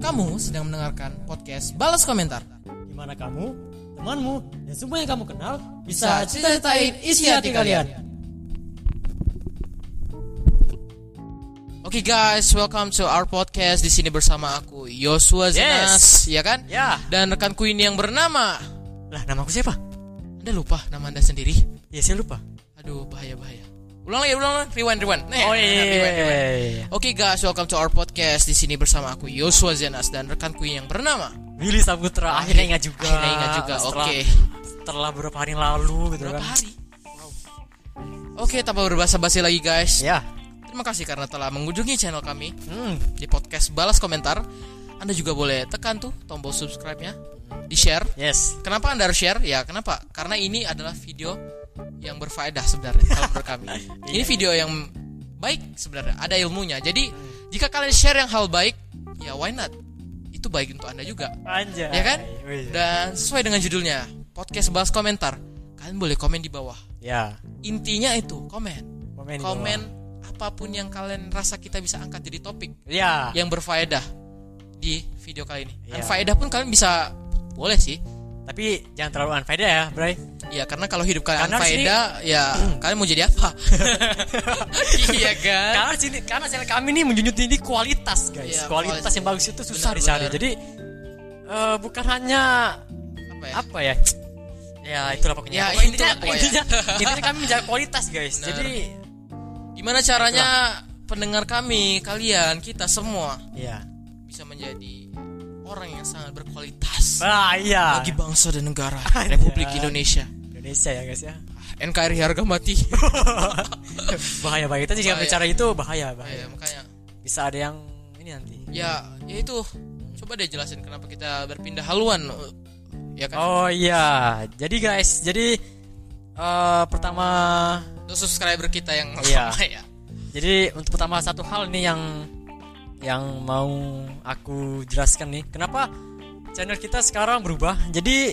Kamu sedang mendengarkan podcast Balas Komentar. Di mana kamu, temanmu, dan semua yang kamu kenal Bisa cerita-ceritain isi hati kalian. Oke guys, welcome to our podcast. Di sini bersama aku Yosua Zenas, ya kan? Ya. Dan rekanku ini yang bernama. Lah, namaku siapa? Anda lupa nama Anda sendiri? Ya, saya lupa. Aduh, bahaya. Ulang lagi, rewind. Rewind. Oke guys, welcome to our podcast. Di sini bersama aku Yosua Zenas dan rekanku yang bernama Willy Saputra. Akhirnya ingat juga. Oke. Setelah beberapa hari yang lalu gitu Berapa kan. hari? Wow. Oke, tanpa berbasa-basi lagi guys. Ya. Terima kasih karena telah mengunjungi channel kami di podcast Balas Komentar. Anda juga boleh tekan tuh tombol subscribe-nya, di-share. Yes. Kenapa Anda harus share? Ya, kenapa? Karena ini adalah video yang berfaedah sebenarnya kalau menurut kami. Ini video yang baik sebenarnya, ada ilmunya. Jadi, jika kalian share yang hal baik, ya why not? Itu baik untuk Anda juga. Anjay. Ya kan? Dan sesuai dengan judulnya, podcast Balas Komentar. Kalian boleh komen di bawah. Ya. Intinya itu, komen Komen di bawah. apapun yang kalian rasa kita bisa angkat jadi topik Ya. yang berfaedah di video kali ini. Ya. Faedah pun kalian bisa, boleh sih. Tapi jangan terlalu unfaedah ya, Bray. Ya karena kalau hidup kalian Karena faedah, ya kalian mau jadi apa? Iya kan? Karena channel kami ini menjunjung tinggi kualitas, guys. Iya, kualitas yang bagus itu susah Benar, dicari. benar. Jadi bukan hanya Apa ya? apa ya? Ya itulah pokoknya. Ya, Pokoknya itulah pokoknya. intinya kami menjaga kualitas, guys. Benar. Jadi Gimana caranya pendengar kami, kalian, kita semua ya. bisa menjadi orang yang sangat berkualitas Iya. bagi bangsa dan negara Anjay. Republik Indonesia. Indonesia ya, guys ya. NKRI harga mati. Bahaya kita jika Bahaya. bicara itu bahaya. Ya, makanya Bisa ada yang ini nanti. ya itu. Coba deh jelasin kenapa kita berpindah haluan. Ya kan? Oh iya. Jadi guys, pertama Untuk subscriber kita yang Iya. sama ya. jadi untuk pertama satu hal nih yang mau aku jelaskan nih, kenapa channel kita sekarang berubah. Jadi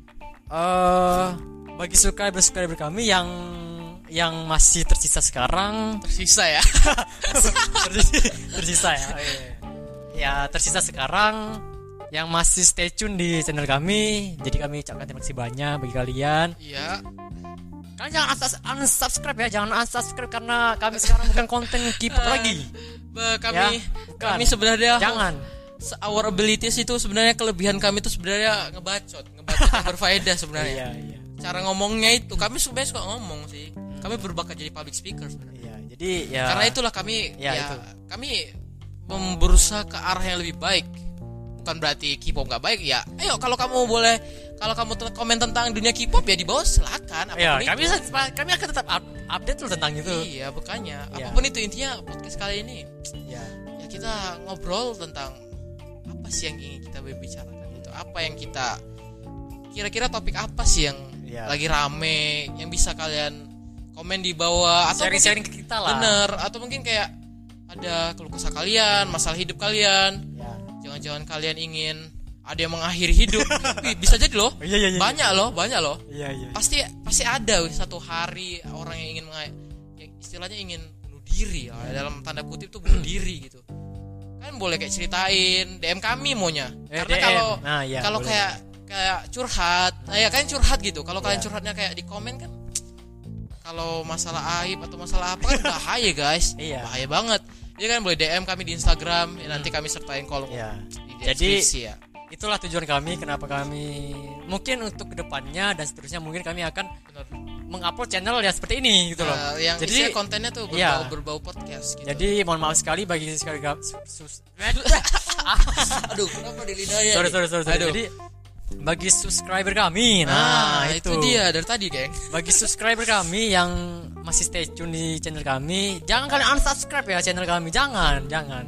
bagi subscriber kami yang masih tersisa sekarang, Tersisa ya. tersisa ya. Ya, tersisa sekarang yang masih stay tune di channel kami. Jadi kami ucapkan terima kasih banyak bagi kalian. Iya. Kalian jangan unsubscribe ya, jangan unsubscribe karena kami sekarang bukan konten K-pop lagi. Kami Ya, bukan. kami sebenarnya Jangan. our abilities itu sebenarnya kelebihan kami itu sebenarnya ngebacot yang berfaedah sebenarnya. Iya. Cara ngomongnya itu kami sebenarnya suka ngomong sih. Kami berbakat jadi public speaker sebenarnya. Iya, jadi ya. Karena itulah kami itu. kami berusaha ke arah yang lebih baik. Bukan berarti K-pop nggak baik ya. Ayo kalau kamu komen tentang dunia K-pop ya di bawah silakan. Ya, Apapun itu. kami akan tetap update loh tentang itu. Iya, makanya Iya. apapun itu intinya podcast kali ini Ya. ya kita ngobrol tentang apa sih yang ingin kita bicarakan itu. Apa yang kita kira-kira topik apa sih yang Iya. lagi rame yang bisa kalian komen di bawah atau Sharing-sharing mungkin ke kita lah. bener atau mungkin kayak ada keluh kesah kalian, masalah hidup kalian. Ya. Jangan-jangan kalian ingin ada yang mengakhiri hidup. Bisa jadi loh. Iya. Banyak loh. Iya. Pasti ada satu hari orang yang ingin yang istilahnya ingin bunuh diri ya, dalam tanda kutip tuh bunuh diri gitu. Kan boleh kayak ceritain DM kami maunya. Karena DM. kalau Nah, iya, kalau boleh. kayak curhat, ya kan curhat gitu. Kalau kalian Iya. curhatnya kayak di komen kan kalau masalah aib atau masalah apa kan bahaya guys. Iya. Bahaya banget. Jadi kan boleh DM kami di Instagram, ya, nanti kami sertain kolom Iya. di Jadi deskripsi ya. itulah tujuan kami, kenapa kami mungkin untuk kedepannya dan seterusnya mungkin kami akan Benar. mengupload channel ya seperti ini gitu loh. Yang Jadi isinya kontennya tuh iya. berbau podcast gitu. Jadi mohon maaf sekali bagi Aduh, kenapa di lidahnya? sorry. Aduh. Jadi bagi subscriber kami, nah itu dia dari tadi, geng. bagi subscriber kami yang masih stay tune di channel kami, jangan kalian unsubscribe ya channel kami, jangan.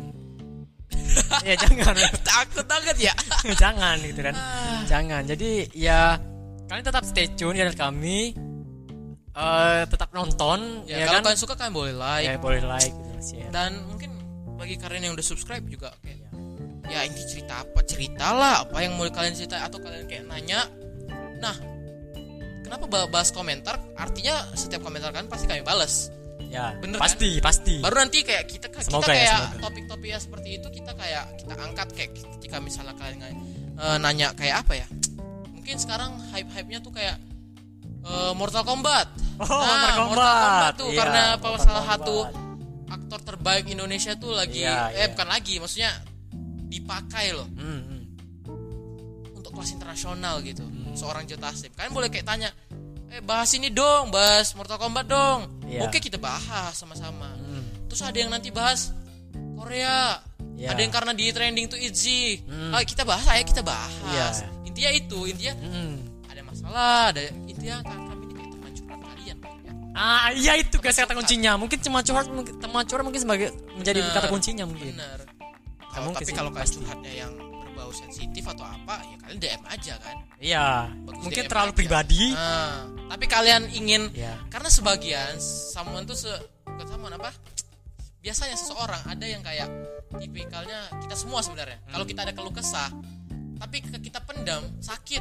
Ya jangan. Takut banget ya. Jangan gitu kan. Jangan. Jadi ya kalian tetap stay tune channel kami. Tetap nonton Ya, ya kalau kan. kalian suka kalian boleh like. Ya boleh like gitu, share. Dan mungkin bagi kalian yang udah subscribe juga kayak ya ini ceritalah apa yang mau kalian cerita atau kalian kayak nanya. Nah, kenapa bahas komentar? Artinya setiap komentar kan pasti kami balas. Ya, Bener pasti. Baru nanti kayak kita Semoga ya, kayak semoga. topik-topik ya seperti itu kita angkat kayak ketika misalnya kalian nanya kayak apa ya? Mungkin sekarang hype-hype-nya tuh kayak Mortal Kombat. Mortal Mortal Kombat. Kombat tuh Iya, karena Mortal salah Kombat. satu aktor terbaik Indonesia tuh lagi Iya. bukan lagi, maksudnya dipakai loh Hmm. untuk kelas internasional gitu. Seorang Joe Taslim. Kalian boleh kayak tanya, bahas ini dong, bahas Mortal Kombat dong. Iya. Oke, kita bahas sama-sama. Hmm. Terus ada yang nanti bahas Korea. Iya. Ada yang karena di trending tuh Itzy. Hmm. Kita bahas, kita bahas. Iya. Intinya ada masalah, ada intinya kami ini kayak teman curhat kalian ya. Iya itu guys kata kuncinya. Mungkin teman curhat mungkin sebagai menjadi Bener, kata kuncinya mungkin. Bener. Mungkin Tapi sih, kalau kalian pasti. curhatnya yang berbau sensitif atau apa, ya kalian DM aja kan. Iya. Bagus Mungkin DM terlalu aja. pribadi. Tapi kalian ingin Iya. karena sebagian someone tuh bukan someone apa? Biasanya seseorang ada yang kayak tipikalnya kita semua sebenarnya. Kalau kita ada keluh kesah, tapi kita pendam sakit.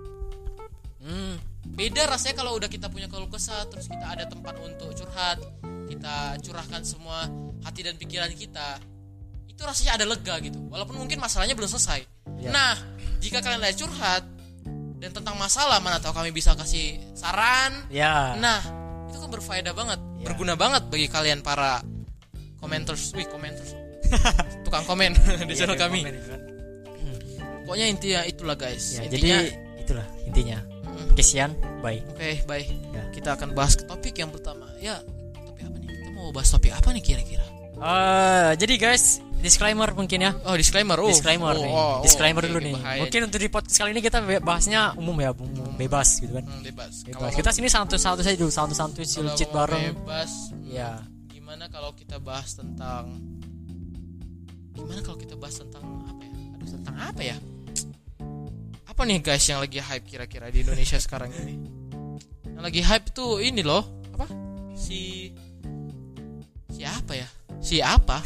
Beda rasanya kalau udah kita punya keluh kesah, terus kita ada tempat untuk curhat, kita curahkan semua hati dan pikiran kita. Itu rasanya ada lega gitu. Walaupun mungkin masalahnya belum selesai. Ya. Nah, jika kalian ada curhat dan tentang masalah, mana tahu kami bisa kasih saran. Ya. Nah, itu kan berfaedah banget, Ya. berguna banget bagi kalian para komenters, tukang komen di channel Iya, kami. komen itu kan. Pokoknya intinya itulah guys. Ya, Intinya, jadi itulah intinya. Kesian, bye. Oke, baik. Ya. Kita akan bahas ke topik yang pertama. Ya, topik apa nih? Kita mau bahas topik apa nih kira-kira? Jadi guys, disclaimer mungkin ya. Oh, disclaimer. Disclaimer nih. Disclaimer oke, dulu nih. bahaya. Mungkin untuk di podcast kali ini kita bahasnya umum ya, umum bebas gitu kan. Bebas. Bebas. Kita sini santai-santai saja dulu, santai-santai cilcit kalau mau bareng. bebas, Ya. gimana kalau kita bahas tentang apa ya? Aduh, tentang apa ya? Apa nih guys yang lagi hype kira-kira di Indonesia sekarang ini? Yang lagi hype tuh ini loh, apa? Siapa ya? Siapa?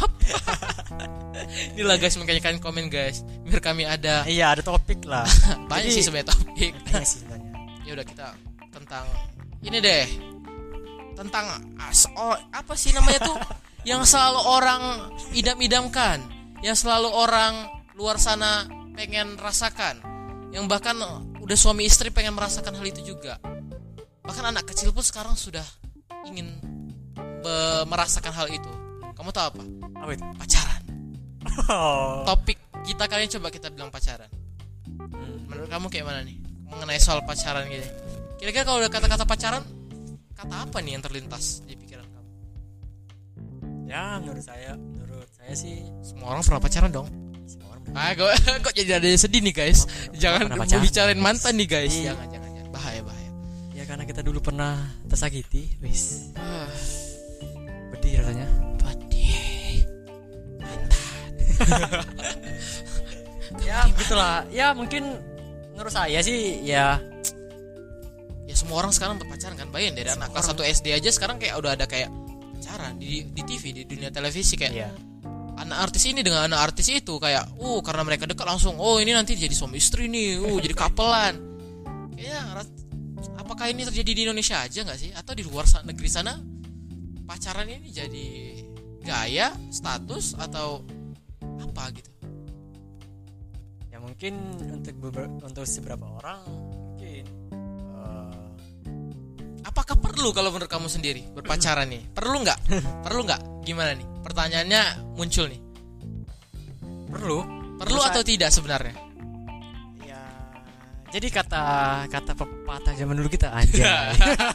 Inilah guys, makanya kalian komen guys, biar kami ada Iya, ada topik lah. banyak Jadi- sih sebenarnya topik. Banyak sih sebenarnya. Ya udah, kita tentang ini deh, tentang apa sih namanya tuh yang selalu orang idam-idamkan, yang selalu orang luar sana pengen rasakan, yang bahkan udah suami istri pengen merasakan hal itu juga, bahkan anak kecil pun sekarang sudah ingin merasakan hal itu. Kamu tahu apa? Apa itu? Pacaran. Oh. Topik kita kali ini coba kita bilang pacaran. Menurut kamu kayak mana nih mengenai soal pacaran gitu? Kira-kira kalau udah kata-kata pacaran, kata apa nih yang terlintas di pikiran kamu? Ya, menurut saya sih Semua orang pernah pacaran dong. semua orang Kok jadi ada yang sedih nih guys? Jangan pernah pacaran. bicarain mantan nih guys. Iya. Jangan. Bahaya. ya karena kita dulu pernah tersakiti, wis. Ah, Pedih rasanya. pedih. Ya, gitulah. Ya, mungkin menurut saya sih ya Ya semua orang sekarang berpacaran kan. Bayangin dari anak kelas 1 SD aja sekarang kayak udah ada kayak pacaran di TV, di dunia televisi kayak. ya. Anak artis ini dengan anak artis itu kayak karena mereka dekat langsung ini nanti jadi suami istri nih, jadi kapelan. Kayaknya apakah ini terjadi di Indonesia aja nggak sih, atau di luar negeri sana pacaran ini jadi gaya, status, atau apa gitu? Ya mungkin untuk seberapa orang mungkin Apakah perlu kalau menurut kamu sendiri berpacaran nih? Perlu nggak? Perlu nggak? Gimana nih? Pertanyaannya muncul nih. perlu. Perlu atau tidak sebenarnya? Ya. Jadi kata pepatah zaman dulu kita anjay.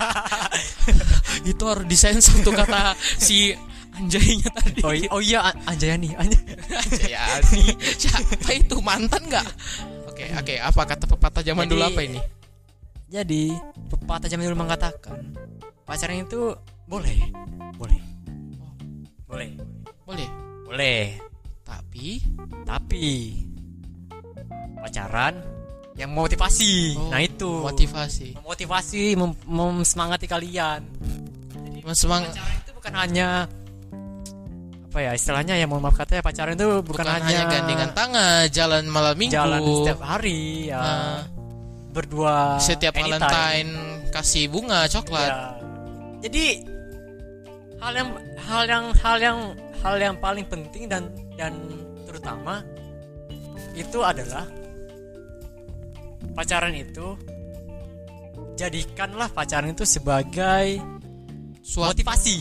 Itu harus disensor tuh kata si anjaynya tadi. Oh iya Anjayani. Anjayani. Siapa itu, mantan nggak? Oke, apa kata pepatah zaman dulu apa ini? Jadi pepatah zaman dulu mengatakan pacaran itu boleh. Boleh. Tapi pacaran yang motivasi. Nah itu. Memotivasi, memsemangati kalian. Semangat. Pacaran itu bukan hanya apa ya istilahnya ya, mohon maaf katanya, pacaran itu bukan hanya gandengan tangan, jalan malam minggu, jalan setiap hari ya. Berdua setiap anytime. Valentine kasih bunga coklat. Ya. Jadi hal yang paling penting dan terutama itu adalah pacaran itu, jadikanlah pacaran itu sebagai motivasi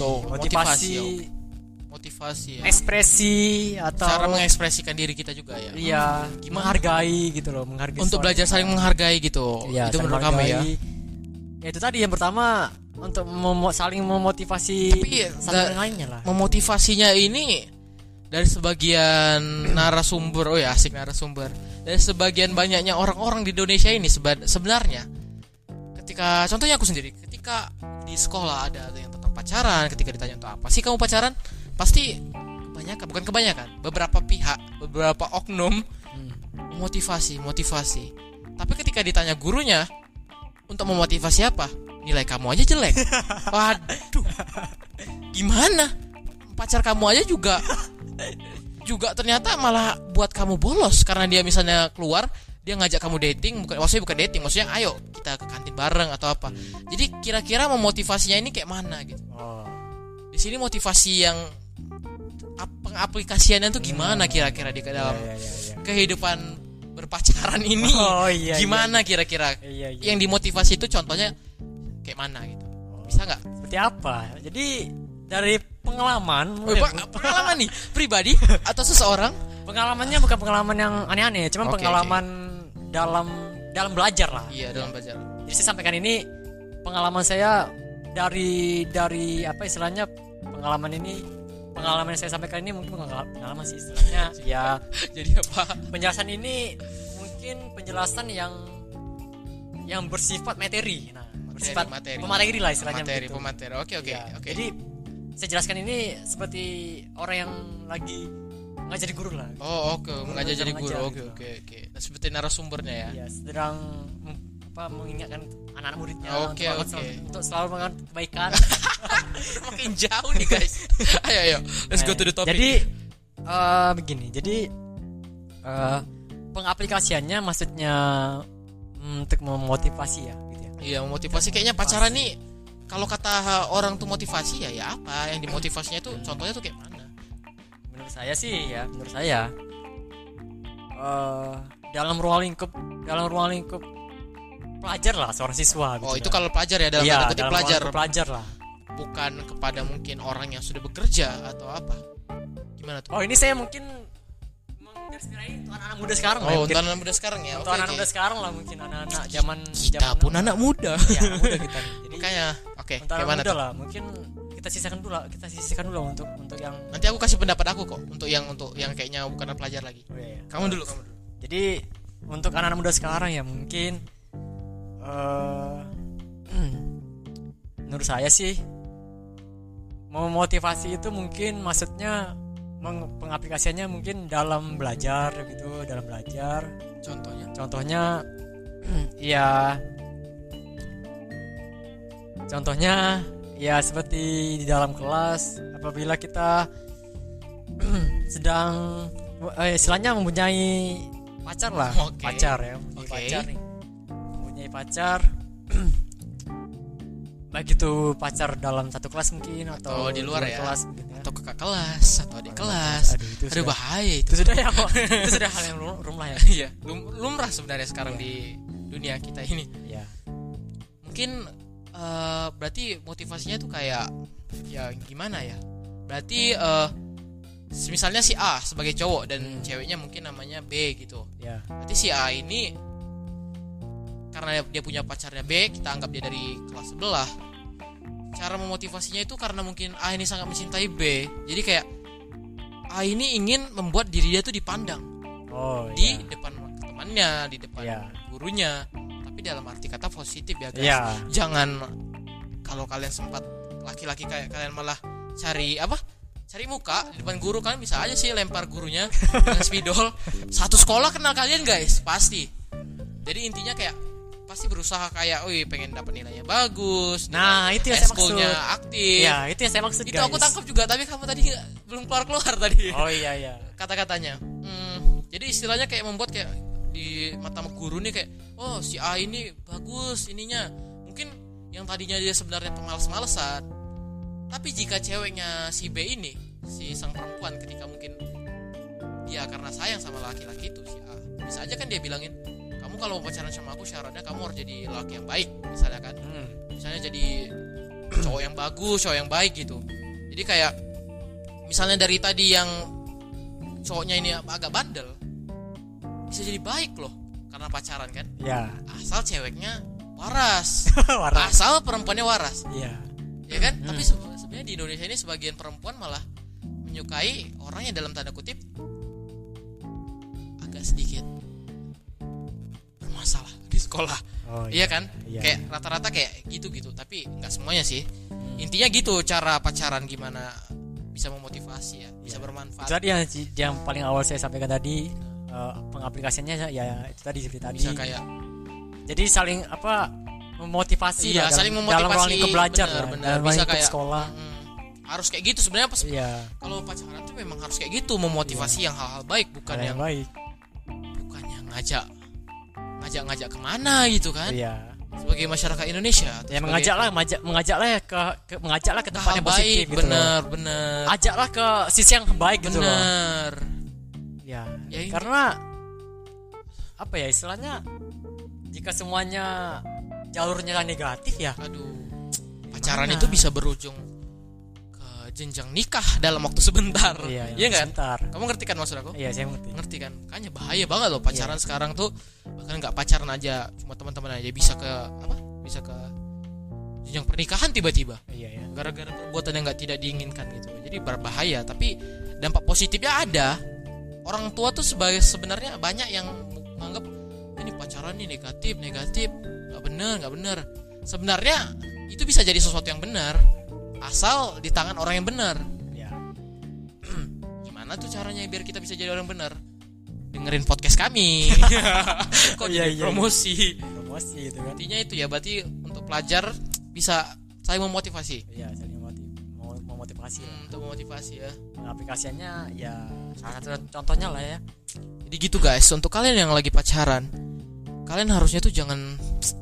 ya. Ekspresi atau cara mengekspresikan diri kita juga ya. Iya, menghargai gitu loh, menghargai. Untuk belajar saling menghargai gitu. Iya, itu menurut kami ya. Ya itu tadi yang pertama, untuk saling memotivasi. Tapi saling lainnya lah. Memotivasinya ini dari sebagian narasumber, asik narasumber. Dari sebagian banyaknya orang-orang di Indonesia ini sebenarnya, ketika contohnya aku sendiri, ketika di sekolah ada yang tentang pacaran, ketika ditanya untuk apa sih kamu pacaran, pasti bukan kebanyakan, beberapa pihak, beberapa oknum motivasi. Tapi ketika ditanya gurunya untuk memotivasi apa, nilai kamu aja jelek. Waduh, gimana? Pacar kamu aja juga ternyata malah buat kamu bolos karena dia misalnya keluar, dia ngajak kamu dating, maksudnya ayo kita ke kantin bareng atau apa. Jadi kira-kira memotivasinya ini kayak mana gitu. Di sini motivasi yang pengaplikasiannya tuh gimana kira-kira di dalam kehidupan berpacaran ini. Gimana kira-kira yang dimotivasi itu contohnya kayak mana gitu. Bisa nggak? Seperti apa? Jadi dari pengalaman nih pribadi atau seseorang? Pengalamannya bukan pengalaman yang aneh-aneh, cuma pengalaman dalam belajar lah. Iya, dalam belajar. Jadi saya sampaikan ini pengalaman saya dari apa istilahnya, pengalaman yang saya sampaikan ini mungkin pengalaman sih istilahnya. Ya, jadi apa? Penjelasan ini mungkin penjelasan yang bersifat materi. Nah, bersifat pemateri lah istilahnya. Pemateri. Oke. Jadi saya jelaskan ini seperti orang yang lagi ngajar jadi guru lah. Mengajar jadi guru. Oke. Nah, seperti narasumbernya ya. Iya, sedang mengingatkan anak-anak muridnya untuk selalu melakukan kebaikan. Makin jauh nih guys. Ayo, let's go to the topic. Jadi begini. Jadi pengaplikasiannya maksudnya untuk memotivasi ya, gitu ya. Iya, memotivasi kayaknya pacaran nih. Kalau kata orang tuh motivasi ya apa? Yang dimotivasinya itu contohnya tuh kayak mana? Menurut saya dalam ruang lingkup pelajar lah, seorang siswa gitu. Itu kalau pelajar ya, dalam tanda kutip pelajar lah. Bukan kepada mungkin orang yang sudah bekerja atau apa. Gimana tuh? Ini saya mungkin menginspirasi untuk anak-anak muda sekarang lah. Untuk anak muda sekarang ya. Untuk anak muda sekarang lah, mungkin anak-anak zaman kita pun anak muda. Iya, muda kita. Jadi kayak untuk anak muda lah, mungkin kita sisihkan dulu untuk yang. Nanti aku kasih pendapat aku kok untuk yang kayaknya bukan pelajar lagi. Iya. Kamu dulu. Jadi untuk anak-anak muda sekarang ya mungkin menurut saya sih memotivasi itu mungkin maksudnya pengaplikasiannya mungkin dalam belajar gitu, contohnya ya seperti di dalam kelas apabila kita sedang istilahnya mempunyai pacar lah. Mempunyai pacar baik itu pacar dalam satu kelas mungkin atau di luar ya, kelas mungkin, ya. Atau kakak kelas atau adik kelas. Aduh, bahaya itu. Sudah ya kok. Itu sudah hal yang lumrah ya. Iya, lumrah sebenarnya sekarang di dunia kita ini. Iya. Mungkin berarti motivasinya tuh kayak ya gimana ya? Berarti misalnya si A sebagai cowok dan ceweknya mungkin namanya B gitu. Ya. Berarti si A ini karena dia punya pacarnya B, kita anggap dia dari kelas sebelah. Cara memotivasinya itu karena mungkin A ini sangat mencintai B. Jadi kayak A ini ingin membuat diri dia tuh dipandang di depan temannya, di depan gurunya. Tapi dalam arti kata positif ya guys. Jangan kalau kalian sempat laki-laki kayak kalian malah cari muka di depan guru, kalian bisa aja sih lempar gurunya dengan spidol. Satu sekolah kenal kalian guys, pasti. Jadi intinya kayak pasti berusaha kayak pengen dapat nilainya bagus. Nah, itu yang saya maksud. Eskulnya aktif. Ya, itu yang saya maksud itu guys. Aku tangkap juga, tapi kamu tadi belum keluar tadi. Oh iya. Kata-katanya. Jadi istilahnya kayak membuat kayak di mata guru nih kayak si A ini bagus ininya. Mungkin yang tadinya dia sebenarnya pemalas-malesan Tapi jika ceweknya si B ini, si sang perempuan, ketika mungkin dia karena sayang sama laki-laki itu si A, bisa aja kan dia bilangin, kamu kalau mau pacaran sama aku syaratnya kamu harus jadi laki yang baik, misalnya kan. Misalnya jadi cowok yang bagus, cowok yang baik gitu. Jadi kayak misalnya dari tadi yang cowoknya ini agak bandel, bisa jadi baik loh karena pacaran kan. Ya. Asal ceweknya waras. Waras. Asal perempuannya waras. Iya. Ya kan? Tapi sebenarnya di Indonesia ini sebagian perempuan malah menyukai orang yang dalam tanda kutip agak sedikit bermasalah di sekolah. Oh, iya kan? Iya. Kayak rata-rata kayak gitu-gitu, tapi nggak semuanya sih. Intinya gitu cara pacaran gimana bisa memotivasi ya, bisa bermanfaat. Itu tadi yang paling awal saya sampaikan tadi, pengaplikasiannya ya itu tadi seperti tadi. Bisa kayak jadi saling memotivasi iya, lah, saling dalam memotivasi ruang lingkup belajar, benar, dalam bisa lingkup kayak sekolah. Harus kayak gitu sebenarnya pas Iya. kalau pacaran tuh memang harus kayak gitu, memotivasi yang hal-hal baik, bukan Hal yang baik. bukan yang ngajak kemana gitu kan. Iya. Sebagai masyarakat Indonesia Ya mengajaklah ke tempat yang positif gitu. Bener. Ajaklah ke sisi yang baik gitu loh. Bener. Ya, Ya, karena apa ya istilahnya, jika semuanya jalurnya negatif ya, Aduh, pacaran itu bisa berujung ke jenjang nikah dalam waktu sebentar. Iya kan? sebentar. Kamu ngerti kan maksud aku? Iya, saya ngerti. Ngerti kan? Makanya bahaya banget loh pacaran sekarang tuh. Bahkan nggak pacaran aja, cuma teman-teman aja bisa ke apa? Bisa ke jenjang pernikahan tiba-tiba. Iya. Gara-gara perbuatan yang tidak diinginkan gitu. Jadi berbahaya, tapi dampak positifnya ada. Orang tua tuh sebenarnya banyak yang menganggap ini pacaran nih negatif, nggak bener. Sebenarnya itu bisa jadi sesuatu yang benar, asal di tangan orang yang benar. Ya. Gimana tuh caranya biar kita bisa jadi orang benar? Dengerin podcast kami. Kok jadi promosi gitu kan. intinya itu ya, berarti untuk pelajar bisa saling memotivasi. Iya, saling memotivasi. Untuk memotivasi ya. Aplikasinya ya salah satu contohnya lah ya. Jadi gitu guys, untuk kalian yang lagi pacaran, kalian harusnya tuh jangan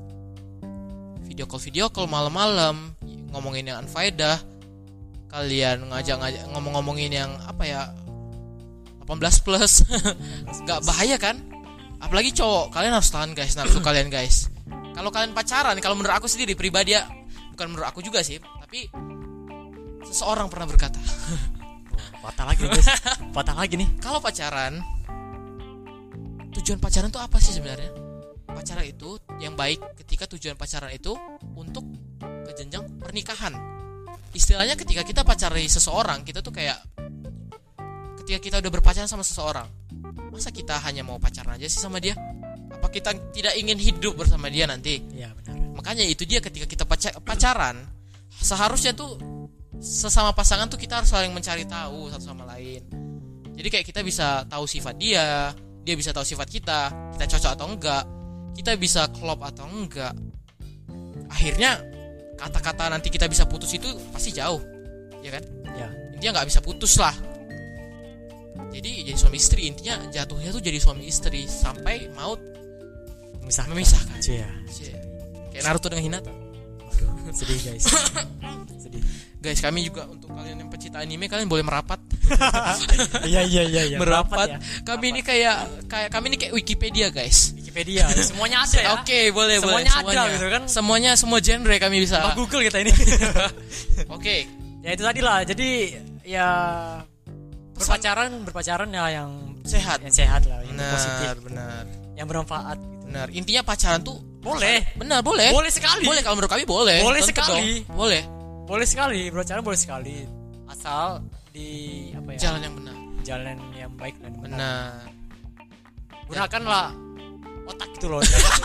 video call malam-malam ngomongin yang unfaedah. Kalian ngajak ngomongin yang apa ya, 18 plus. Gak bahaya kan? Apalagi cowok, kalian harus tahan guys nafsu kalian guys. Kalau kalian pacaran, kalau menurut aku sendiri pribadi ya, bukan menurut aku juga sih, tapi seseorang pernah berkata, patah lagi guys. Patah lagi nih. kalau pacaran, tujuan pacaran itu apa sih sebenarnya? Pacaran itu yang baik ketika tujuan pacaran itu untuk ke jenjang pernikahan. Istilahnya ketika kita pacari seseorang, kita tuh kayak ketika kita udah berpacaran sama seseorang, masa kita hanya mau pacaran aja sih sama dia? Apa kita tidak ingin hidup bersama dia nanti? Iya benar. Makanya itu dia, ketika kita pacaran, seharusnya tuh sesama pasangan tuh kita harus saling mencari tahu satu sama lain. Jadi kayak kita bisa tahu sifat dia bisa tahu sifat kita cocok atau enggak, kita bisa klop atau enggak. Akhirnya kata-kata nanti kita bisa putus itu pasti jauh, ya kan? Ya. Intinya nggak bisa putus lah. Jadi suami istri, intinya jatuhnya tuh jadi suami istri sampai maut memisahkan. Iya. Kayak Naruto dengan Hinata. Aduh, sedih guys. Sedih. Guys, kami juga untuk kalian yang pecinta anime, kalian boleh merapat. Iya. Merapat. Ya. Kami ini kayak kami ini kayak Wikipedia, guys. Wikipedia. Semuanya ada ya. Oke, boleh. Semuanya ada gitu kan. Semuanya, semua genre kami bisa. Apa Google kita ini. Oke. Ya itu tadi lah. Jadi ya berpacaran ya yang sehat. Yang sehat lah, yang positif. Benar. Yang bermanfaat gitu. Benar. Intinya pacaran tuh boleh. Benar, boleh. Boleh sekali. Boleh, kalau menurut kami boleh. Boleh Tentu sekali. Dong. Boleh. Boleh sekali, berpacaran boleh sekali. Asal di apa ya? Jalan yang benar. Jalan yang baik dan benar. Gunakanlah otak gitu loh.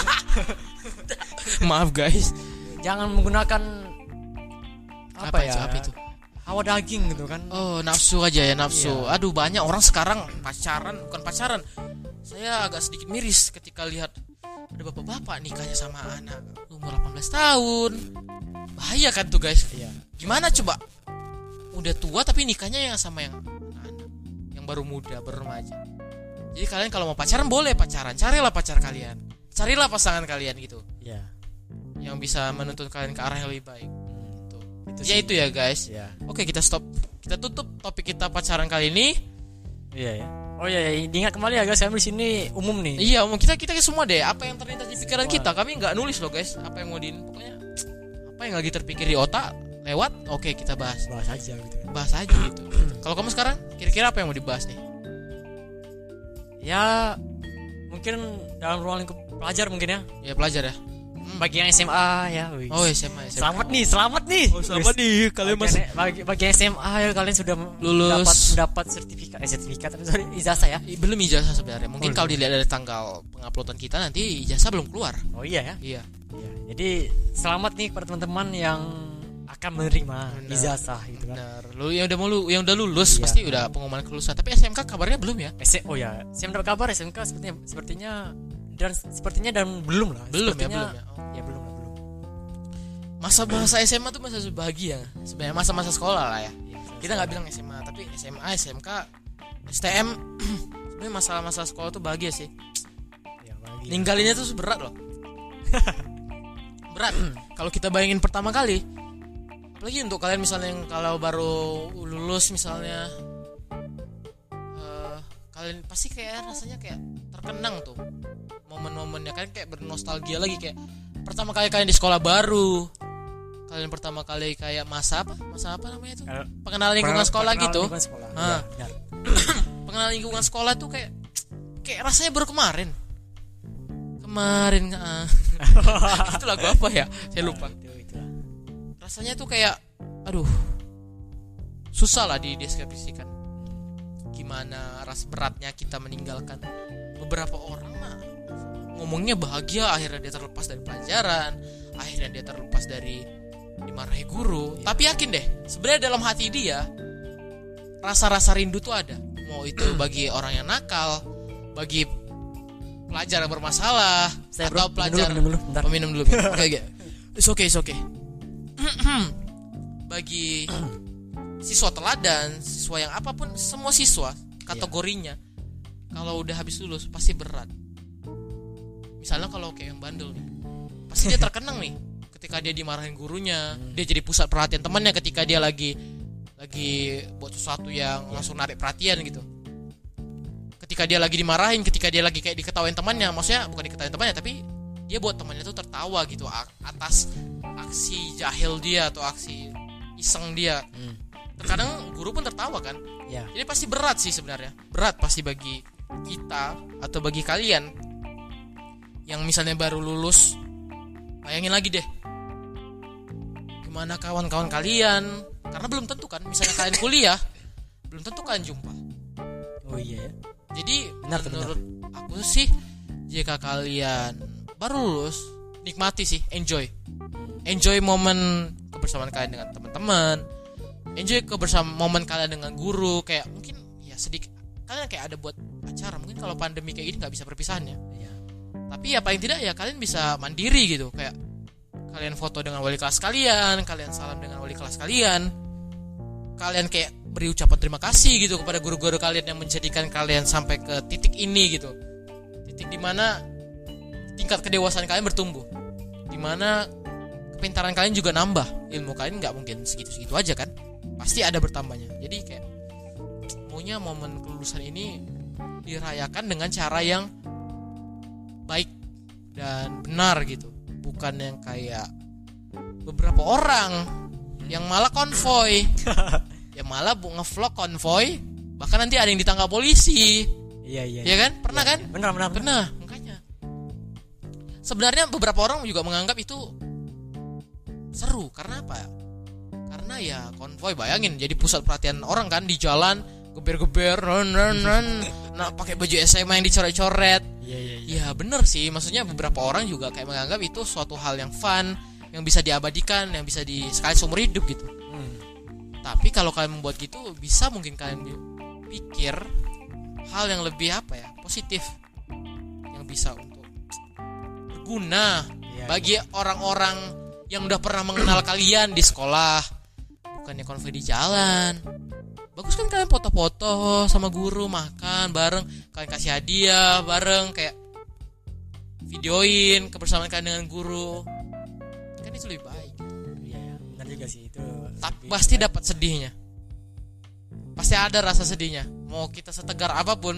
Maaf guys. Jangan menggunakan apa ya? Apa itu? Hawa daging gitu kan. Oh, nafsu aja ya, nafsu. Iya. Aduh, banyak orang sekarang bukan pacaran. Saya agak sedikit miris ketika lihat ada bapak-bapak nikahnya sama anak umur 18 tahun. Bahaya kan tuh guys. Iya. Gimana coba? Udah tua tapi nikahnya yang sama yang anak, yang baru muda, baru remaja. Jadi kalian kalau mau pacaran boleh pacaran, carilah pacar kalian, carilah pasangan kalian gitu. Iya. Yang bisa menuntun kalian ke arah yang lebih baik. Tuh. Ya itu ya guys. Ya. Oke, kita stop. Kita tutup topik kita pacaran kali ini. Iya ya. Oh iya, diingat kembali ya guys, kami di sini umum nih. Iya, kita semua deh. Apa yang terlintas di pikiran kita, kami nggak nulis loh guys. Apa yang mau pokoknya apa yang lagi terpikir di otak lewat. Oke, kita bahas. Bahas aja gitu kan. Bahas aja gitu. Kalau kamu sekarang, kira-kira apa yang mau dibahas nih? Ya mungkin dalam ruang lingkup pelajar mungkin ya. Ya pelajar ya. Bagi yang SMA ya. Wih. Oh SMA. Selamat nih. Oh, selamat nih. Kalian masih bagi SMA ya, kalian sudah lulus, mendapat sertifikat ijazah ya. Belum ijazah sebenarnya. Mungkin kalau dilihat dari tanggal penguploadan kita nanti ijazah belum keluar. Oh iya ya. Iya. Jadi selamat nih kepada teman-teman yang akan menerima ijazah gitu kan. Benar. Lu yang udah lulus pasti udah pengumuman kelulusan. Tapi SMK kabarnya belum ya? Oh ya, saya mendapat kabar SMK sepertinya dan belum lah. Belum sepertinya, ya. Ya belum. Masa SMA tuh masa bahagia. Sebenarnya masa-masa sekolah lah ya. Kita nggak bilang SMA, tapi SMA, SMK, STM sebenarnya masalah-masa sekolah tuh bahagia sih. Ya, bahagia. Ninggalinnya tuh berat loh. Berat. Kalau kita bayangin pertama kali, apalagi untuk kalian misalnya yang kalau baru lulus misalnya, kalian pasti kayak rasanya kayak terkenang tuh momen-momennya, kalian kayak bernostalgia lagi, kayak pertama kali kalian di sekolah baru, kalian pertama kali kayak masa apa namanya tuh, pengenalan lingkungan sekolah gitu. Ya, Pengenalan lingkungan sekolah tuh kayak rasanya baru kemarin itu lagu apa ya, saya lupa. Rasanya tuh kayak aduh, susah lah dideskripsikan gimana ras beratnya kita meninggalkan beberapa orang mah ngomongnya bahagia, akhirnya dia terlepas dari pelajaran, akhirnya dia terlepas dari dimarahi guru. Tapi yakin deh, sebenarnya dalam hati dia rasa-rasa rindu tuh ada. Mau itu bagi orang yang nakal, bagi pelajar yang bermasalah, atau pelajar minum dulu. Oke. It's okay. Bagi siswa teladan, siswa yang apapun, semua siswa kategorinya, kalau udah habis lulus pasti berat. Misalnya kalau kayak yang bandel nih, pasti dia terkenang nih ketika dia dimarahin gurunya, dia jadi pusat perhatian temannya ketika dia lagi buat sesuatu yang langsung narik perhatian gitu. Ketika dia lagi dimarahin, ketika dia lagi kayak diketawain temannya, maksudnya bukan diketawain temannya, tapi dia buat temannya tuh tertawa gitu atas aksi jahil dia atau aksi iseng dia. Terkadang guru pun tertawa kan. Jadi pasti berat sih sebenarnya. Berat pasti bagi kita atau bagi kalian yang misalnya baru lulus. Bayangin lagi deh, gimana kawan-kawan kalian, karena belum tentu kan. Misalnya kalian kuliah, belum tentu kalian jumpa. Oh iya ya. Jadi menurut aku sih, jika kalian baru lulus, nikmati sih, enjoy momen kebersamaan kalian dengan teman-teman, enjoy momen kalian dengan guru. Kayak mungkin ya sedikit kalian kayak ada buat acara, mungkin kalau pandemi kayak gini nggak bisa perpisahan ya. Tapi ya paling tidak ya kalian bisa mandiri gitu, kayak kalian foto dengan wali kelas kalian salam dengan wali kelas kalian kayak beri ucapan terima kasih gitu kepada guru-guru kalian yang menjadikan kalian sampai ke titik ini gitu, titik dimana tingkat kedewasaan kalian bertumbuh, dimana kepintaran kalian juga nambah, ilmu kalian nggak mungkin segitu-segitu aja kan, pasti ada bertambahnya. Jadi kayak maunya momen kelulusan ini dirayakan dengan cara yang baik dan benar gitu, bukan yang kayak beberapa orang yang malah konvoy yang malah ngevlog konvoy, bahkan nanti ada yang ditangkap polisi. Iya kan, pernah kan? Benar. Makanya sebenarnya beberapa orang juga menganggap itu seru. Karena apa? Karena ya konvoy, bayangin jadi pusat perhatian orang kan, di jalan geber-geber, run, nah pakai baju SMA yang dicoret-coret. Iya bener sih, maksudnya beberapa orang juga kayak menganggap itu suatu hal yang fun, yang bisa diabadikan, yang bisa sekali seumur hidup gitu. Tapi kalau kalian membuat gitu, bisa mungkin kalian pikir hal yang lebih positif, yang bisa untuk berguna bagi orang-orang yang udah pernah mengenal kalian di sekolah, bukannya konvoy di jalan. Bagus kan kalian foto-foto sama guru, makan bareng, kalian kasih hadiah bareng, kayak videoin kebersamaan kalian dengan guru, kan itu lebih baik. Benar juga sih itu. Pasti dapat sedihnya. Pasti ada rasa sedihnya. Mau kita setegar apapun,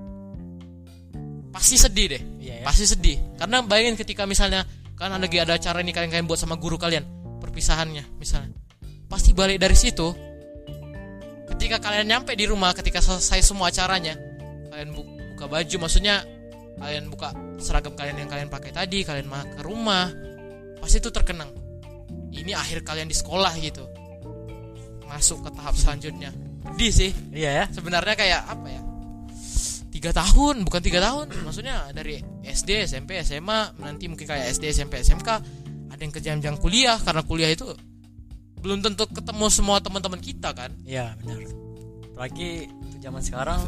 pasti sedih deh. Iya, ya? Pasti sedih. Karena bayangin ketika misalnya kan lagi ada acara ini kalian buat sama guru kalian, perpisahannya misalnya. Pasti balik dari situ. Ketika kalian nyampe di rumah, ketika selesai semua acaranya, kalian buka baju, maksudnya kalian buka seragam kalian yang kalian pakai tadi, kalian ke rumah, pasti itu terkenang. Ini akhir kalian di sekolah gitu. Masuk ke tahap selanjutnya. Sedih sih. Iya ya. Sebenarnya kayak apa ya? 3 tahun, bukan 3 tahun. Maksudnya dari SD, SMP, SMA, nanti mungkin kayak SD, SMP, SMK, ada yang ke jenjang kuliah, karena kuliah itu belum tentu ketemu semua teman-teman kita kan. Iya, benar. Apalagi untuk zaman sekarang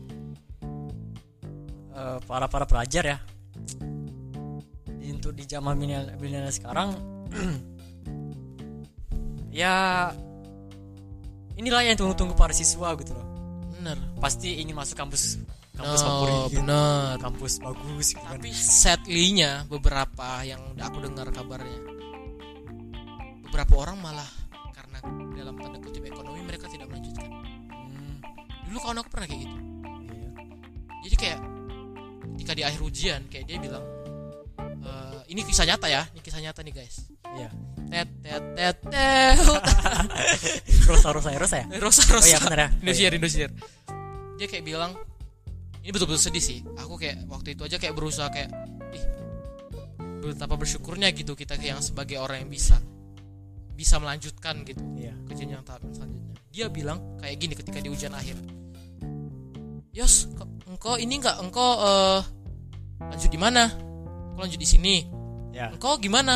para pelajar ya. Untuk di zaman milenial sekarang ya inilah yang tunggu-tunggu para siswa gitu loh. Bener. Pasti ingin masuk kampus favorit. Bener. Kampus bagus gitu kan. Tapi sadly-nya beberapa yang udah aku dengar kabarnya, beberapa orang malah karena dalam tanda kutip ekonomi mereka tidak melanjutkan. Dulu kawan aku pernah kayak gitu. Iya. Jadi kayak ketika di akhir ujian kayak dia bilang, ini kisah nyata ya, ini kisah nyata nih guys. Iya. Tet. Rosa ya? Rosa. Oh iya benar ya. Indosiar. Dia kayak bilang, ini betul-betul sedih sih. Aku kayak waktu itu aja kayak berusaha kayak, betapa bersyukurnya gitu kita yang sebagai orang yang bisa melanjutkan gitu. Iya. Ke jenjang tahap selanjutnya. Dia bilang kayak gini ketika di ujian akhir. Yos, engkau lanjut di mana? Engkau lanjut di sini. Ya. Engkau gimana?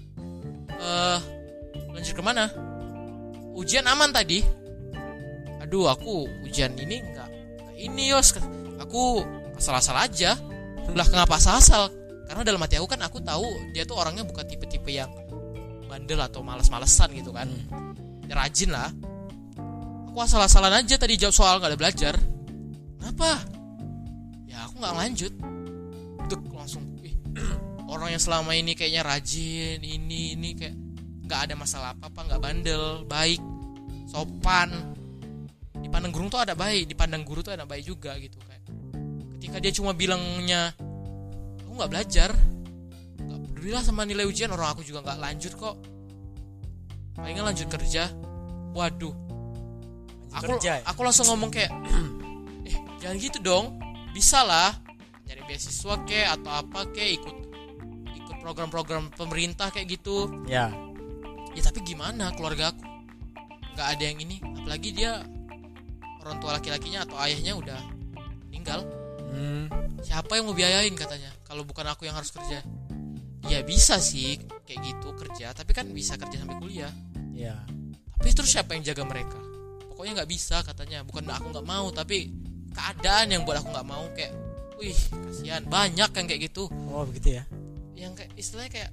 Lanjut ke mana? Ujian aman tadi. Aduh, aku ujian ini enggak ini Yos. Aku asal-asal aja. Lah kenapa asal-asal? Karena dalam hati aku kan aku tahu dia tuh orangnya bukan tipe-tipe yang bandel atau malas-malesan gitu kan. Ya, rajin lah. Aku asal-asalan aja tadi jawab soal, enggak ada belajar. Kenapa? Ya aku enggak lanjut. Duk langsung orang yang selama ini kayaknya rajin, ini kayak nggak ada masalah apa-apa, nggak bandel, baik, sopan. Dipandang guru tuh ada baik, dipandang guru tuh ada baik juga gitu kayak. Ketika dia cuma bilangnya, aku nggak belajar, nggak peduli lah sama nilai ujian, orang aku juga nggak lanjut kok. Palingan lanjut kerja. Waduh. Aku langsung ngomong kayak, jangan gitu dong, bisa lah nyari beasiswa kek atau apa kek, ikut program-program pemerintah kayak gitu. Ya tapi gimana keluarga aku nggak ada yang ini, apalagi dia orang tua laki-lakinya atau ayahnya udah meninggal. Siapa yang mau biayain katanya kalau bukan aku yang harus kerja. Ya bisa sih kayak gitu kerja, tapi kan bisa kerja sampai kuliah. Ya. Tapi terus siapa yang jaga mereka? Pokoknya nggak bisa katanya. Bukan aku nggak mau, tapi keadaan yang buat aku nggak mau. Kayak, wih kasihan, banyak yang kayak gitu. Oh begitu ya. Yang kayak istilahnya kayak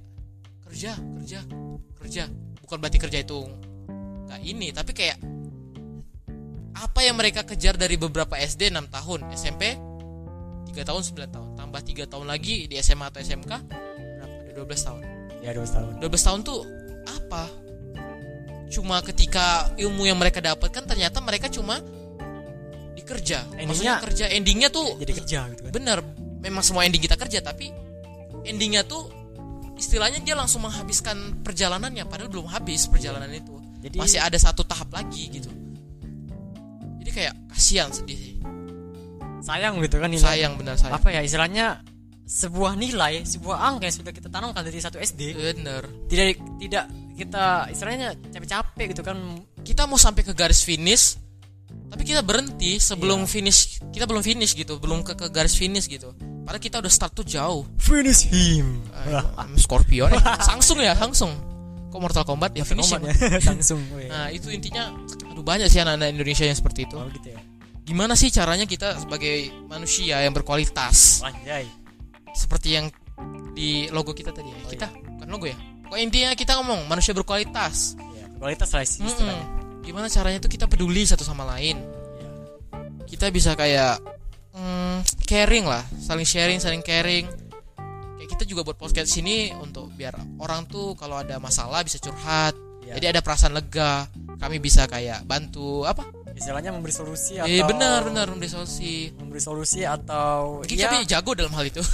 kerja. Bukan berarti kerja itu nggak ini, tapi kayak apa yang mereka kejar dari beberapa SD 6 tahun, SMP 3 tahun 9 tahun, tambah 3 tahun lagi di SMA atau SMK berapa? Ada 12 tahun. Ya 12 tahun. 12 tahun tuh apa? Cuma ketika ilmu yang mereka dapatkan ternyata mereka cuma dikerja. Maksudnya kerja, endingnya tuh jadi kerja gitu kan. Bener, memang semua ending kita kerja, tapi endingnya tuh istilahnya dia langsung menghabiskan perjalanannya, padahal belum habis perjalanan itu. Jadi, masih ada satu tahap lagi gitu. Jadi kayak kasihan, sedih sih. Sayang gitu kan nilai. Sayang. Apa ya istilahnya, sebuah nilai, sebuah angka yang sudah kita tanamkan dari satu SD. Bener. Tidak kita istilahnya capek-capek gitu kan. Kita mau sampai ke garis finish, tapi kita berhenti sebelum finish. Kita belum finish gitu, belum ke garis finish gitu. Padahal kita udah start tuh jauh. Finish him. Scorpion. Samsung. Kok Mortal Kombat ya finish him. Samsung. Nah itu intinya. Aduh banyak sih anak-anak Indonesia yang seperti itu. Oh gitu ya. Gimana sih caranya kita sebagai manusia yang berkualitas? Anjay. Seperti yang di logo kita tadi ya. Kita bukan logo ya. Pokoknya intinya kita ngomong manusia berkualitas. Ya, berkualitas lah istilahnya. Gimana caranya tuh kita peduli satu sama lain. Ya. Kita bisa kayak caring lah, saling sharing, saling caring. Kayak kita juga buat podcast sini untuk biar orang tuh kalau ada masalah bisa curhat. Ya. Jadi ada perasaan lega, kami bisa kayak bantu apa? Istilahnya memberi solusi atau Benar memberi solusi. memberi solusi atau Mungkin kami jago dalam hal itu.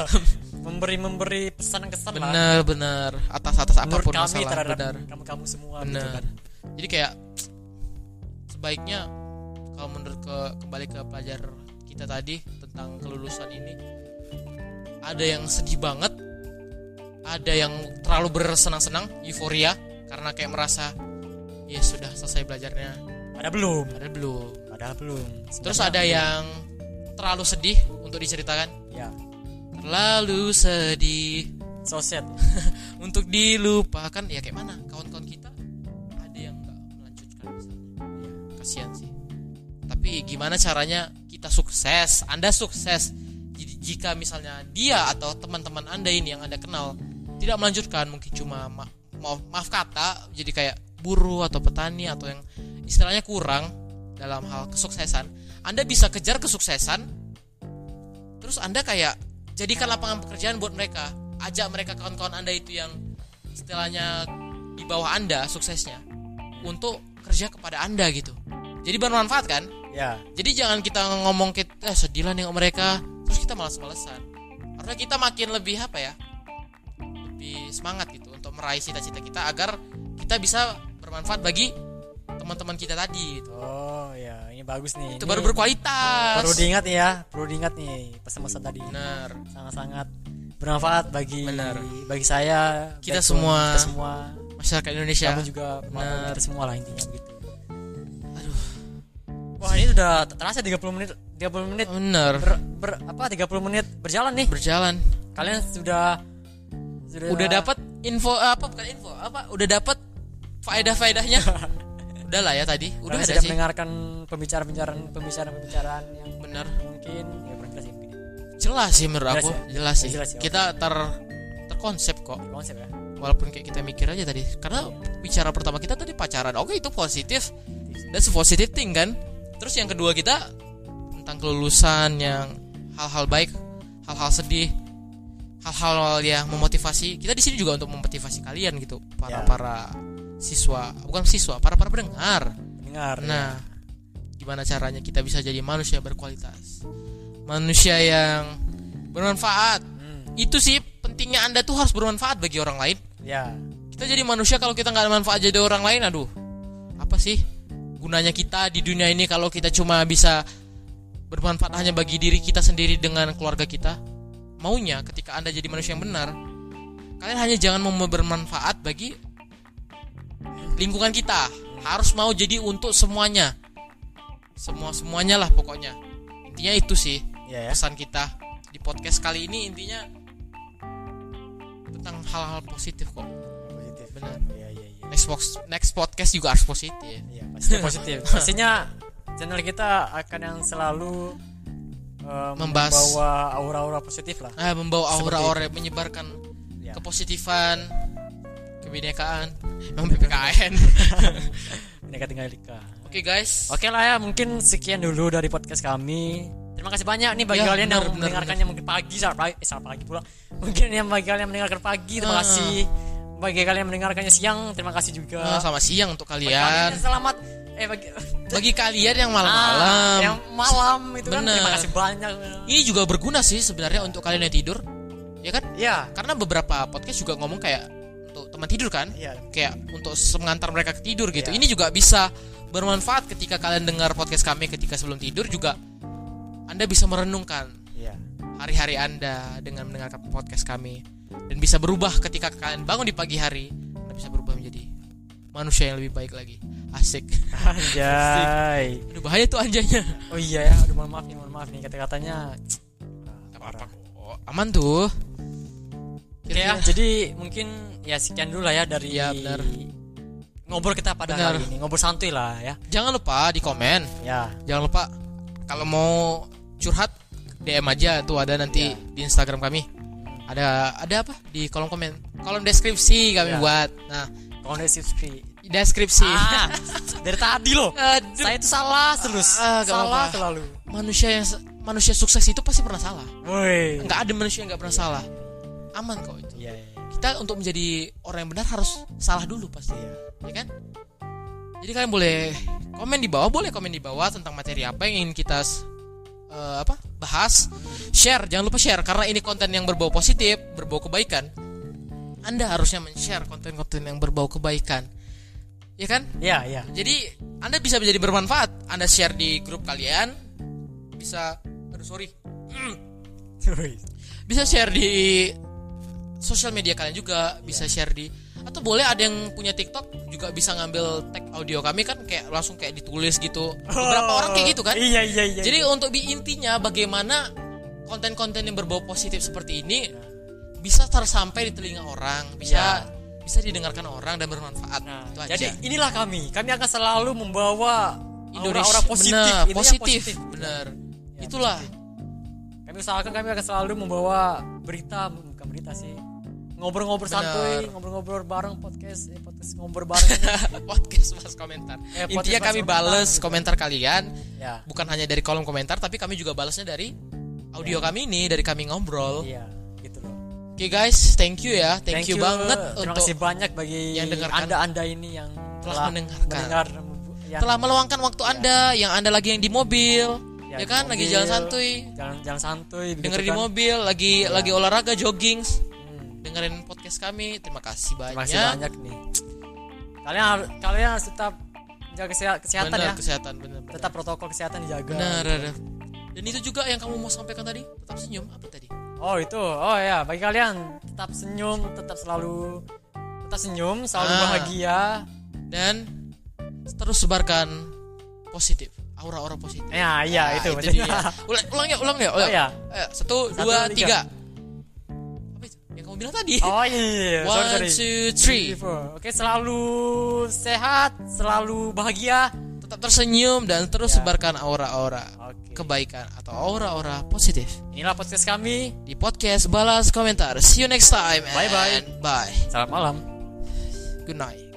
memberi pesan kesan lah. Benar atas Menurut apapun kami masalah. terhadap Benar. kamu semua gitu Benar. kan. Jadi kayak sebaiknya kalau menurut kembali ke pelajar kita tadi tentang kelulusan ini, ada yang sedih banget, ada yang terlalu bersenang-senang, euforia karena kayak merasa ya sudah selesai belajarnya. Padahal belum. Padahal belum. Terus Sebenarnya ada belum. yang terlalu sedih untuk diceritakan. Ya, Terlalu sedih so sad. untuk dilupakan. Ya kayak mana? Kawan-kawan kita ada yang nggak melanjutkan misalnya. Ya, kasihan sih. Tapi gimana caranya kita sukses? Anda sukses jika misalnya dia atau teman-teman Anda ini yang Anda kenal tidak melanjutkan, mungkin cuma maaf kata jadi kayak buruh atau petani atau yang istilahnya kurang dalam hal kesuksesan. Anda bisa kejar kesuksesan, terus Anda kayak jadikan lapangan pekerjaan buat mereka. Ajak mereka, kawan-kawan Anda itu yang istilahnya di bawah Anda suksesnya, untuk kerja kepada Anda gitu. Jadi bermanfaat kan? Ya, Jadi jangan kita ngomong sedih lah nih mereka, terus kita malas-malesan. Harusnya kita makin lebih lebih semangat gitu untuk meraih cita-cita kita agar kita bisa bermanfaat bagi teman-teman kita tadi gitu. oh ya, ini bagus nih. Itu Ini baru berkualitas. perlu diingat nih pesan-pesan tadi. Benar. Sangat-sangat bermanfaat bagi Benar. saya, Kita backbone semua. kita semua, Masyarakat Indonesia. kamu juga bermanfaat Benar. kita semua lah intinya begitu. Aduh. Wah, ini udah terasa 30 menit Benar. 30 menit berjalan nih. Berjalan. Kalian sudah Udah dapat info udah dapat faedah-faedahnya. Udah lah ya tadi. Udah kalian ada sudah sih. mendengarkan pembicaraan yang Benar. mungkin ya kurang jelas ya mungkin. Jelas sih menurut Jelas aku. ya? Jelas sih. Jelas ya, oke. Kita terkonsep kok. Konsep ya. Walaupun kayak kita mikir aja tadi. Karena bicara pertama kita tadi pacaran. Oke, itu positif. That's a positive thing kan. Terus yang kedua kita tentang kelulusan, yang hal-hal baik, hal-hal sedih, hal-hal yang memotivasi. Kita di sini juga untuk memotivasi kalian gitu, Ya. para siswa, bukan siswa, para pendengar. Dengar. Nah, gimana caranya kita bisa jadi manusia berkualitas, manusia yang bermanfaat. Itu sih pentingnya Anda tuh harus bermanfaat bagi orang lain. Ya. Kita jadi manusia kalau kita nggak ada manfaat jadi orang lain, aduh, apa sih gunanya kita di dunia ini kalau kita cuma bisa bermanfaat hanya bagi diri kita sendiri dengan keluarga kita? Maunya ketika Anda jadi manusia yang benar, kalian hanya jangan mau bermanfaat bagi lingkungan kita, harus mau jadi untuk semuanya, semuanya lah pokoknya. Intinya itu sih Ya. pesan kita di podcast kali ini, intinya tentang hal-hal positif kok. Positif. Benar. Ya. Next podcast juga harus positif. Iya, pastinya positif. Pastinya channel kita akan yang selalu Membahas. membawa aura-aura positif lah. Membawa Seperti aura-aura, menyebarkan Ya. kepositifan, kebinekaan, memang PPKN. Mereka tinggal Lika. Oke guys. Oke lah ya, mungkin sekian dulu dari podcast kami. Terima kasih banyak nih bagi Ya, kalian yang benar, mendengarkannya mungkin pagi, saat pagi pula. Mungkin yang bagi kalian yang mendengarkan pagi, terima kasih. Bagi kalian yang mendengarkannya siang, terima kasih juga. Selamat siang untuk Bagi kalian kalian. yang selamat Bagi kalian yang malam-malam. yang malam itu kan Bener. terima kasih banyak. Ini juga berguna sih sebenarnya untuk kalian yang tidur. Ya kan? Ya. Karena beberapa podcast juga ngomong kayak untuk teman tidur kan? Iya. Kayak untuk mengantar mereka ke tidur gitu. Iya. Ini juga bisa bermanfaat ketika kalian dengar podcast kami ketika sebelum tidur juga. Anda bisa merenungkan Iya. hari-hari Anda dengan mendengarkan podcast kami, dan bisa berubah ketika kalian bangun di pagi hari. Anda bisa berubah menjadi manusia yang lebih baik lagi. Asik. Anjay. Aduh, bahaya tuh anjaynya. Oh iya ya, aduh mohon maaf nih kata-katanya. Gak apa-apa kok. Aman tuh. Oke ya, jadi mungkin ya sekian dulu lah ya dari Iya, benar. ngobrol kita pada Benar. hari ini. Ngobrol santuy lah ya. Jangan lupa di komen. Ya. Jangan lupa kalau mau curhat DM aja tuh, ada nanti di Instagram kami. Ada apa di kolom komen, kolom deskripsi kami Ya. buat. Nah, Kalau deskripsi. deskripsi. Dari tadi loh. Aduh. Saya itu salah terus. Gak Salah apa-apa. selalu. Manusia sukses itu pasti pernah salah. Woi. Nggak ada manusia yang nggak pernah salah. Aman kok itu. Iya. kita untuk menjadi orang yang benar harus salah dulu pasti, ya kan? Jadi kalian boleh komen di bawah tentang materi apa yang ingin kita bahas. Share, jangan lupa share karena ini konten yang berbau positif, berbau kebaikan. Anda harusnya men-share konten-konten yang berbau kebaikan, ya kan? Iya. Jadi Anda bisa menjadi bermanfaat. Anda share di grup kalian, bisa bisa share di sosial media kalian juga, bisa share di, atau boleh ada yang punya TikTok juga bisa ngambil tag audio kami kan, kayak langsung kayak ditulis gitu. Beberapa orang kayak gitu kan. Iya. Jadi untuk intinya bagaimana konten-konten yang berbau positif seperti ini bisa tersampai di telinga orang, bisa didengarkan orang dan bermanfaat. Itu aja. Jadi inilah kami akan selalu membawa Indonesia aura positif, positif. Benar. Ya, itulah. Kami usahakan kami akan selalu membawa bukan berita sih. Ngobrol-ngobrol santuy, ngobrol-ngobrol bareng podcast ngobrol bareng. Podcast mas komentar. Intinya podcast kami balas komentar kalian. Ya. Bukan hanya dari kolom komentar, tapi kami juga balasnya dari audio kami ini, dari kami ngobrol. Iya, gitu loh. Oke guys, thank you ya. Thank you banget Terima untuk kasih banyak bagi yang dengarkan. Anda ini yang Telah mendengarkan. yang telah meluangkan waktu Anda, yang Anda lagi yang di mobil, ya kan, di lagi mobil, jalan santuy. Jalan santuy, Dengerin di kan. mobil, lagi olahraga, jogging. Dengerin podcast kami. Terima kasih banyak. Terima kasih banyak nih. Kalian harus tetap jaga kesehatan bener, ya. Kesehatan bener. Tetap protokol kesehatan dijaga. Benar. Dan itu juga yang kamu mau sampaikan tadi, tetap senyum. Apa tadi? Oh itu, ya bagi kalian tetap senyum, selalu bahagia dan terus sebarkan positif, aura-aura positif. Ya, iya itu dia. Ulang ya. Oh ya. 1, 2, 3. Apa itu? Yang kamu bilang tadi? Oh iya. 1, 2, 3. Oke, selalu sehat, selalu bahagia, tetap tersenyum dan terus sebarkan aura-aura kebaikan atau aura-aura positif. Inilah podcast kami di podcast Balas Komentar. See you next time. Bye. Bye. Selamat malam. Good night.